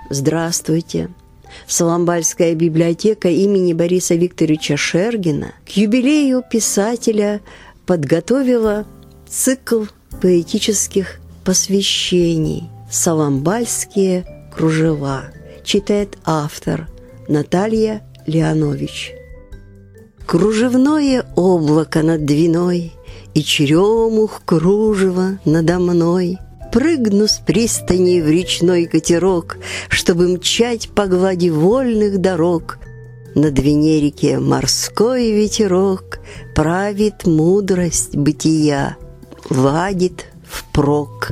Здравствуйте! Соломбальская библиотека имени Бориса Викторовича Шергина к юбилею писателя подготовила цикл поэтических посвящений «Соломбальские кружева». Читает автор Наталья Леонович. Кружевное облако над Двиной и черемух кружева надо мной. Прыгну с пристани в речной катерок, чтобы мчать по глади вольных дорог. На Двине-реке морской ветерок правит мудрость бытия, ладит впрок.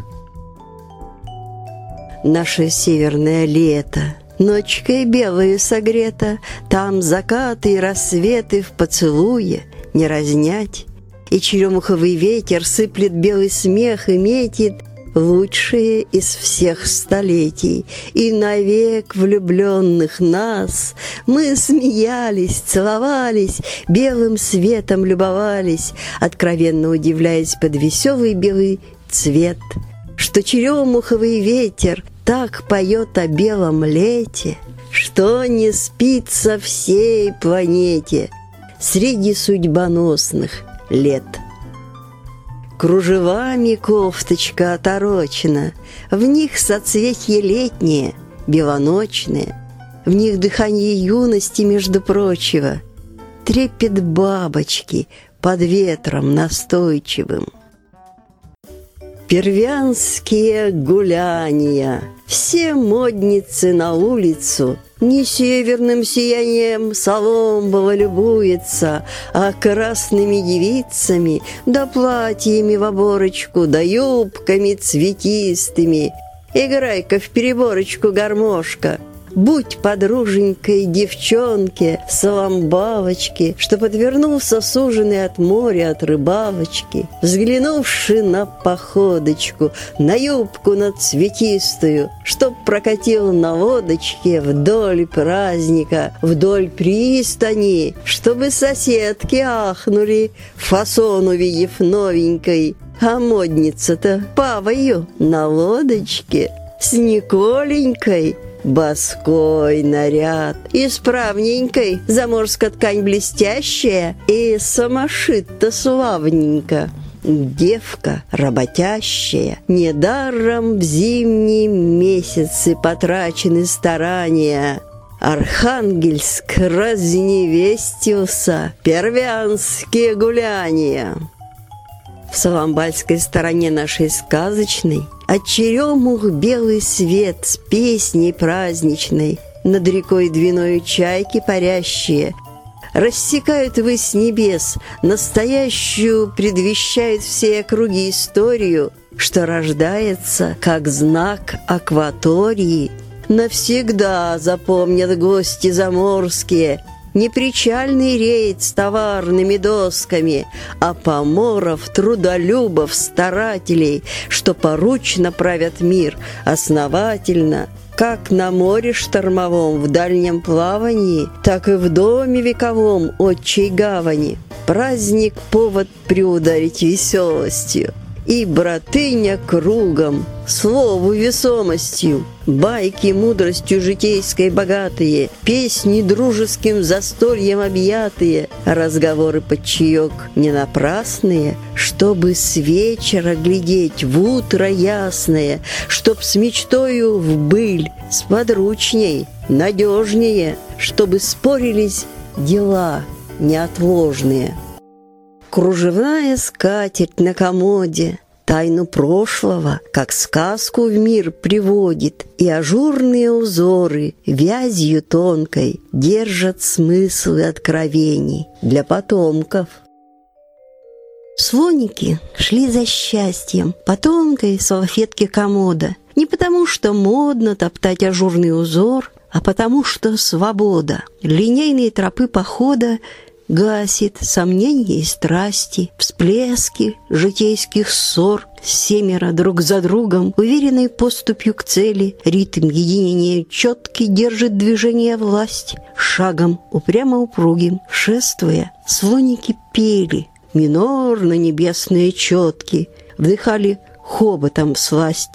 Наше северное лето ночкой белою согрето, там закаты и рассветы в поцелуе не разнять. И черемуховый ветер сыплет белый смех и метит лучшие из всех столетий. И навек влюбленных нас мы смеялись, целовались, белым светом любовались, откровенно удивляясь под веселый белый цвет, что черемуховый ветер так поет о белом лете, что не спится всей планете среди судьбоносных лет. Кружевами кофточка оторочена, в них соцветье летнее, белоночное, в них дыхание юности, между прочего, трепет бабочки под ветром настойчивым. Первянские гуляния, все модницы на улицу не северным сиянием Соломбова любуется, а красными девицами, да платьями в оборочку, да юбками цветистыми. Играй-ка в переборочку гармошка, будь подруженькой девчонке соломбавочки, что подвернулся суженый от моря, от рыбалочки, взглянувши на походочку, на юбку на цветистую, чтоб прокатил на лодочке вдоль праздника, вдоль пристани, чтобы соседки ахнули, фасон увидев новенькой, а модница-то павою на лодочке с Николенькой. Боской наряд, исправненькой, заморская ткань блестящая и самошит-то славненько. Девка работящая, недаром в зимние месяцы потрачены старания. Архангельск разневестился, первянские гуляния. В соломбальской стороне нашей сказочной от черемух белый свет с песней праздничной, над рекой Двиною чайки парящие рассекают высь небес, настоящую предвещает всей округе историю, что рождается как знак акватории. Навсегда запомнят гости заморские непричальный рейд с товарными досками, а поморов, трудолюбов, старателей, что поручно правят мир основательно, как на море штормовом в дальнем плавании, так и в доме вековом отчей гавани. Праздник — повод приударить веселостью, и братыня кругом, слову весомостью, байки мудростью житейской богатые, песни дружеским застольем объятые, разговоры под чаек не напрасные, чтобы с вечера глядеть в утро ясное, чтоб с мечтою в быль, сподручней, надежнее, чтобы спорились дела неотложные. Кружевная скатерть на комоде тайну прошлого, как сказку в мир приводит, и ажурные узоры вязью тонкой держат смыслы откровений для потомков. Слоники шли за счастьем по тонкой салфетке комода, не потому что модно топтать ажурный узор, а потому что свобода, линейные тропы похода гасит сомнения и страсти, всплески житейских ссор, семеро друг за другом, уверенной поступью к цели, ритм единения четкий держит движение власть, шагом упрямо упругим, шествуя, слоники пели, минорно небесные четки, вдыхали хоботом всласть,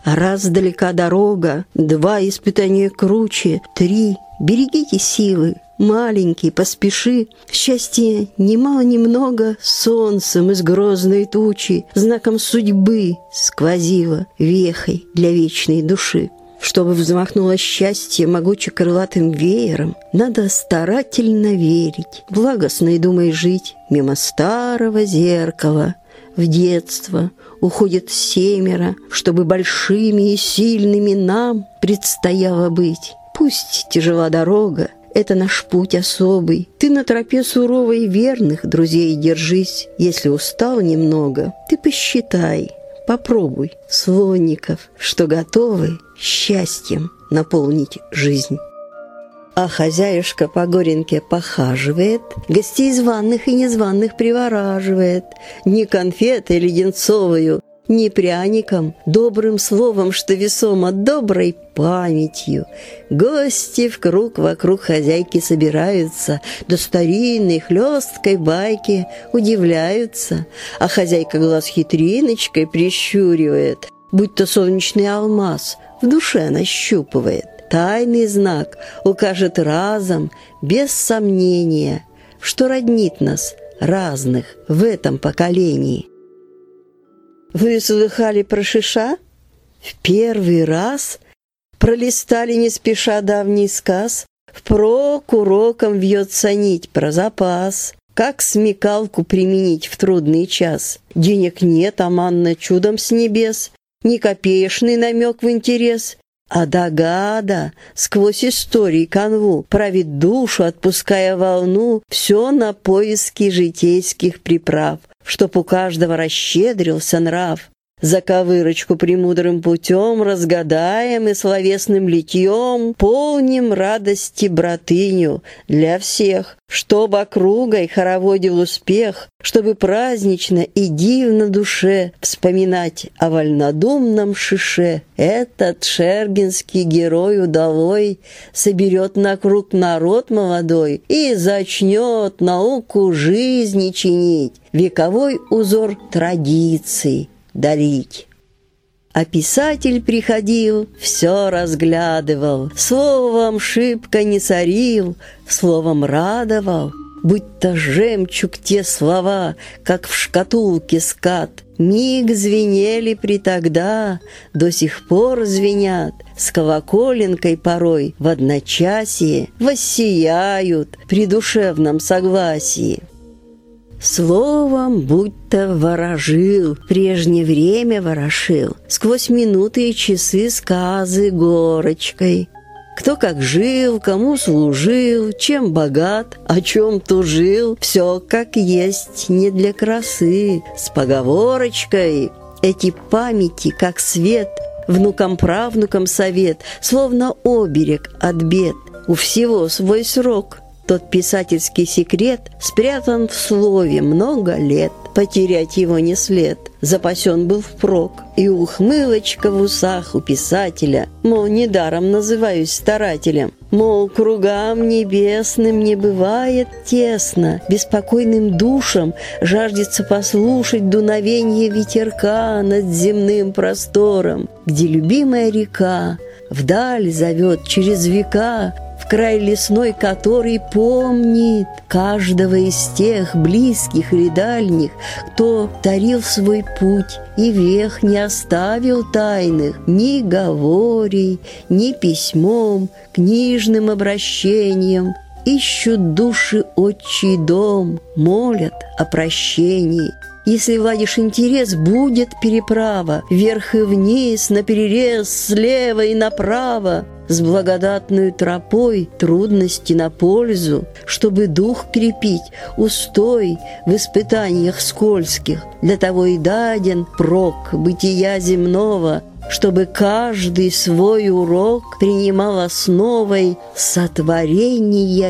Раз далека дорога, 2 испытания круче, 3 берегите силы, маленький, поспеши. Счастье немало-немного солнцем из грозной тучи, знаком судьбы сквозило вехой для вечной души. Чтобы взмахнуло счастье могуче-крылатым веером, надо старательно верить, благостно и думай жить. Мимо старого зеркала в детство уходит 7, чтобы большими и сильными нам предстояло быть. Пусть тяжела дорога, это наш путь особый. Ты на тропе суровой верных друзей держись. Если устал немного, ты посчитай, попробуй слонников, что готовы счастьем наполнить жизнь. А хозяюшка по горенке похаживает, гостей званых и незваных привораживает, ни конфетой леденцовою, ни пряником, добрым словом, что весомо, доброй памятью. Гости в круг вокруг хозяйки собираются, до старинной хлесткой байки удивляются, а хозяйка глаз хитриночкой прищуривает, будто солнечный алмаз в душе нащупывает. Тайный знак укажет разом, без сомнения, что роднит нас разных в этом поколении. Вы слыхали про Шиша? В первый раз пролистали не спеша давний сказ, впрок уроком вьется нить про запас. Как смекалку применить в трудный час? Денег нет, а манна чудом с небес, ни копеечный намек в интерес. А догада сквозь истории канву правит душу, отпуская волну, все на поиски житейских приправ, чтоб у каждого расщедрился нрав. Заковырочку премудрым путем разгадаем и словесным литьем полним радости братыню для всех, чтоб округой хороводил успех, чтобы празднично и дивно душе вспоминать о вольнодумном Шише. Этот шербинский герой удалой соберет на круг народ молодой и зачнет науку жизни чинить, вековой узор традиций дарить. А писатель приходил, все разглядывал, словом шибко не сорил, словом радовал, будто жемчуг те слова, как в шкатулке скат, миг звенели притогда, до сих пор звенят, с колоколенкой порой в одночасье воссияют при душевном согласии. Словом, будто ворожил, прежнее время ворошил, сквозь минуты и часы сказы горочкой. Кто как жил, кому служил, чем богат, о чем тужил, все как есть, не для красы, с поговорочкой. Эти памяти, как свет, внукам-правнукам совет, словно оберег от бед, у всего свой срок. Тот писательский секрет спрятан в слове много лет, потерять его не след, запасен был впрок. И ухмылочка в усах у писателя, мол, недаром называюсь старателем, мол, кругам небесным не бывает тесно, беспокойным душам жаждется послушать дуновенье ветерка над земным простором, где любимая река вдаль зовет через века, в край лесной, который помнит каждого из тех близких или дальних, кто тарил свой путь и вех не оставил тайных ни говорей, ни письмом, книжным обращением. Ищут души отчий дом, молят о прощении. Если владишь интерес, будет переправа, вверх и вниз, наперерез, слева и направо, с благодатной тропой трудности на пользу, чтобы дух крепить, устой в испытаниях скользких. Для того и даден прок бытия земного, чтобы каждый свой урок принимал основой сотворения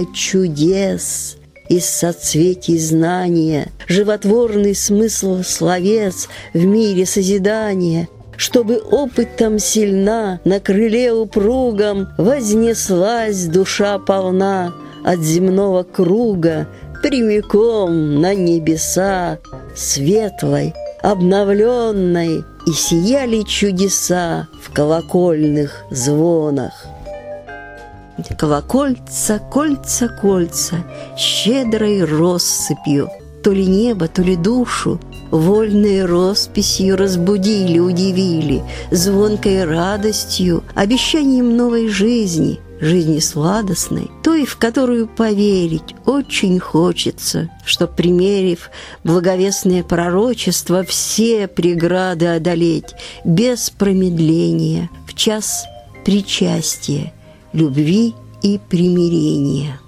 чудес. Из соцветий знания, животворный смысл словес в мире созидания, чтобы опытом сильна на крыле упругом вознеслась душа полна от земного круга прямиком на небеса светлой обновленной, и сияли чудеса в колокольных звонах. Колокольца, кольца, кольца, щедрой россыпью, то ли небо, то ли душу, вольной росписью разбудили, удивили, звонкой радостью, обещанием новой жизни, жизни сладостной, той, в которую поверить очень хочется, чтоб, примерив благовестное пророчество, все преграды одолеть без промедления в час причастия, любви и примирения.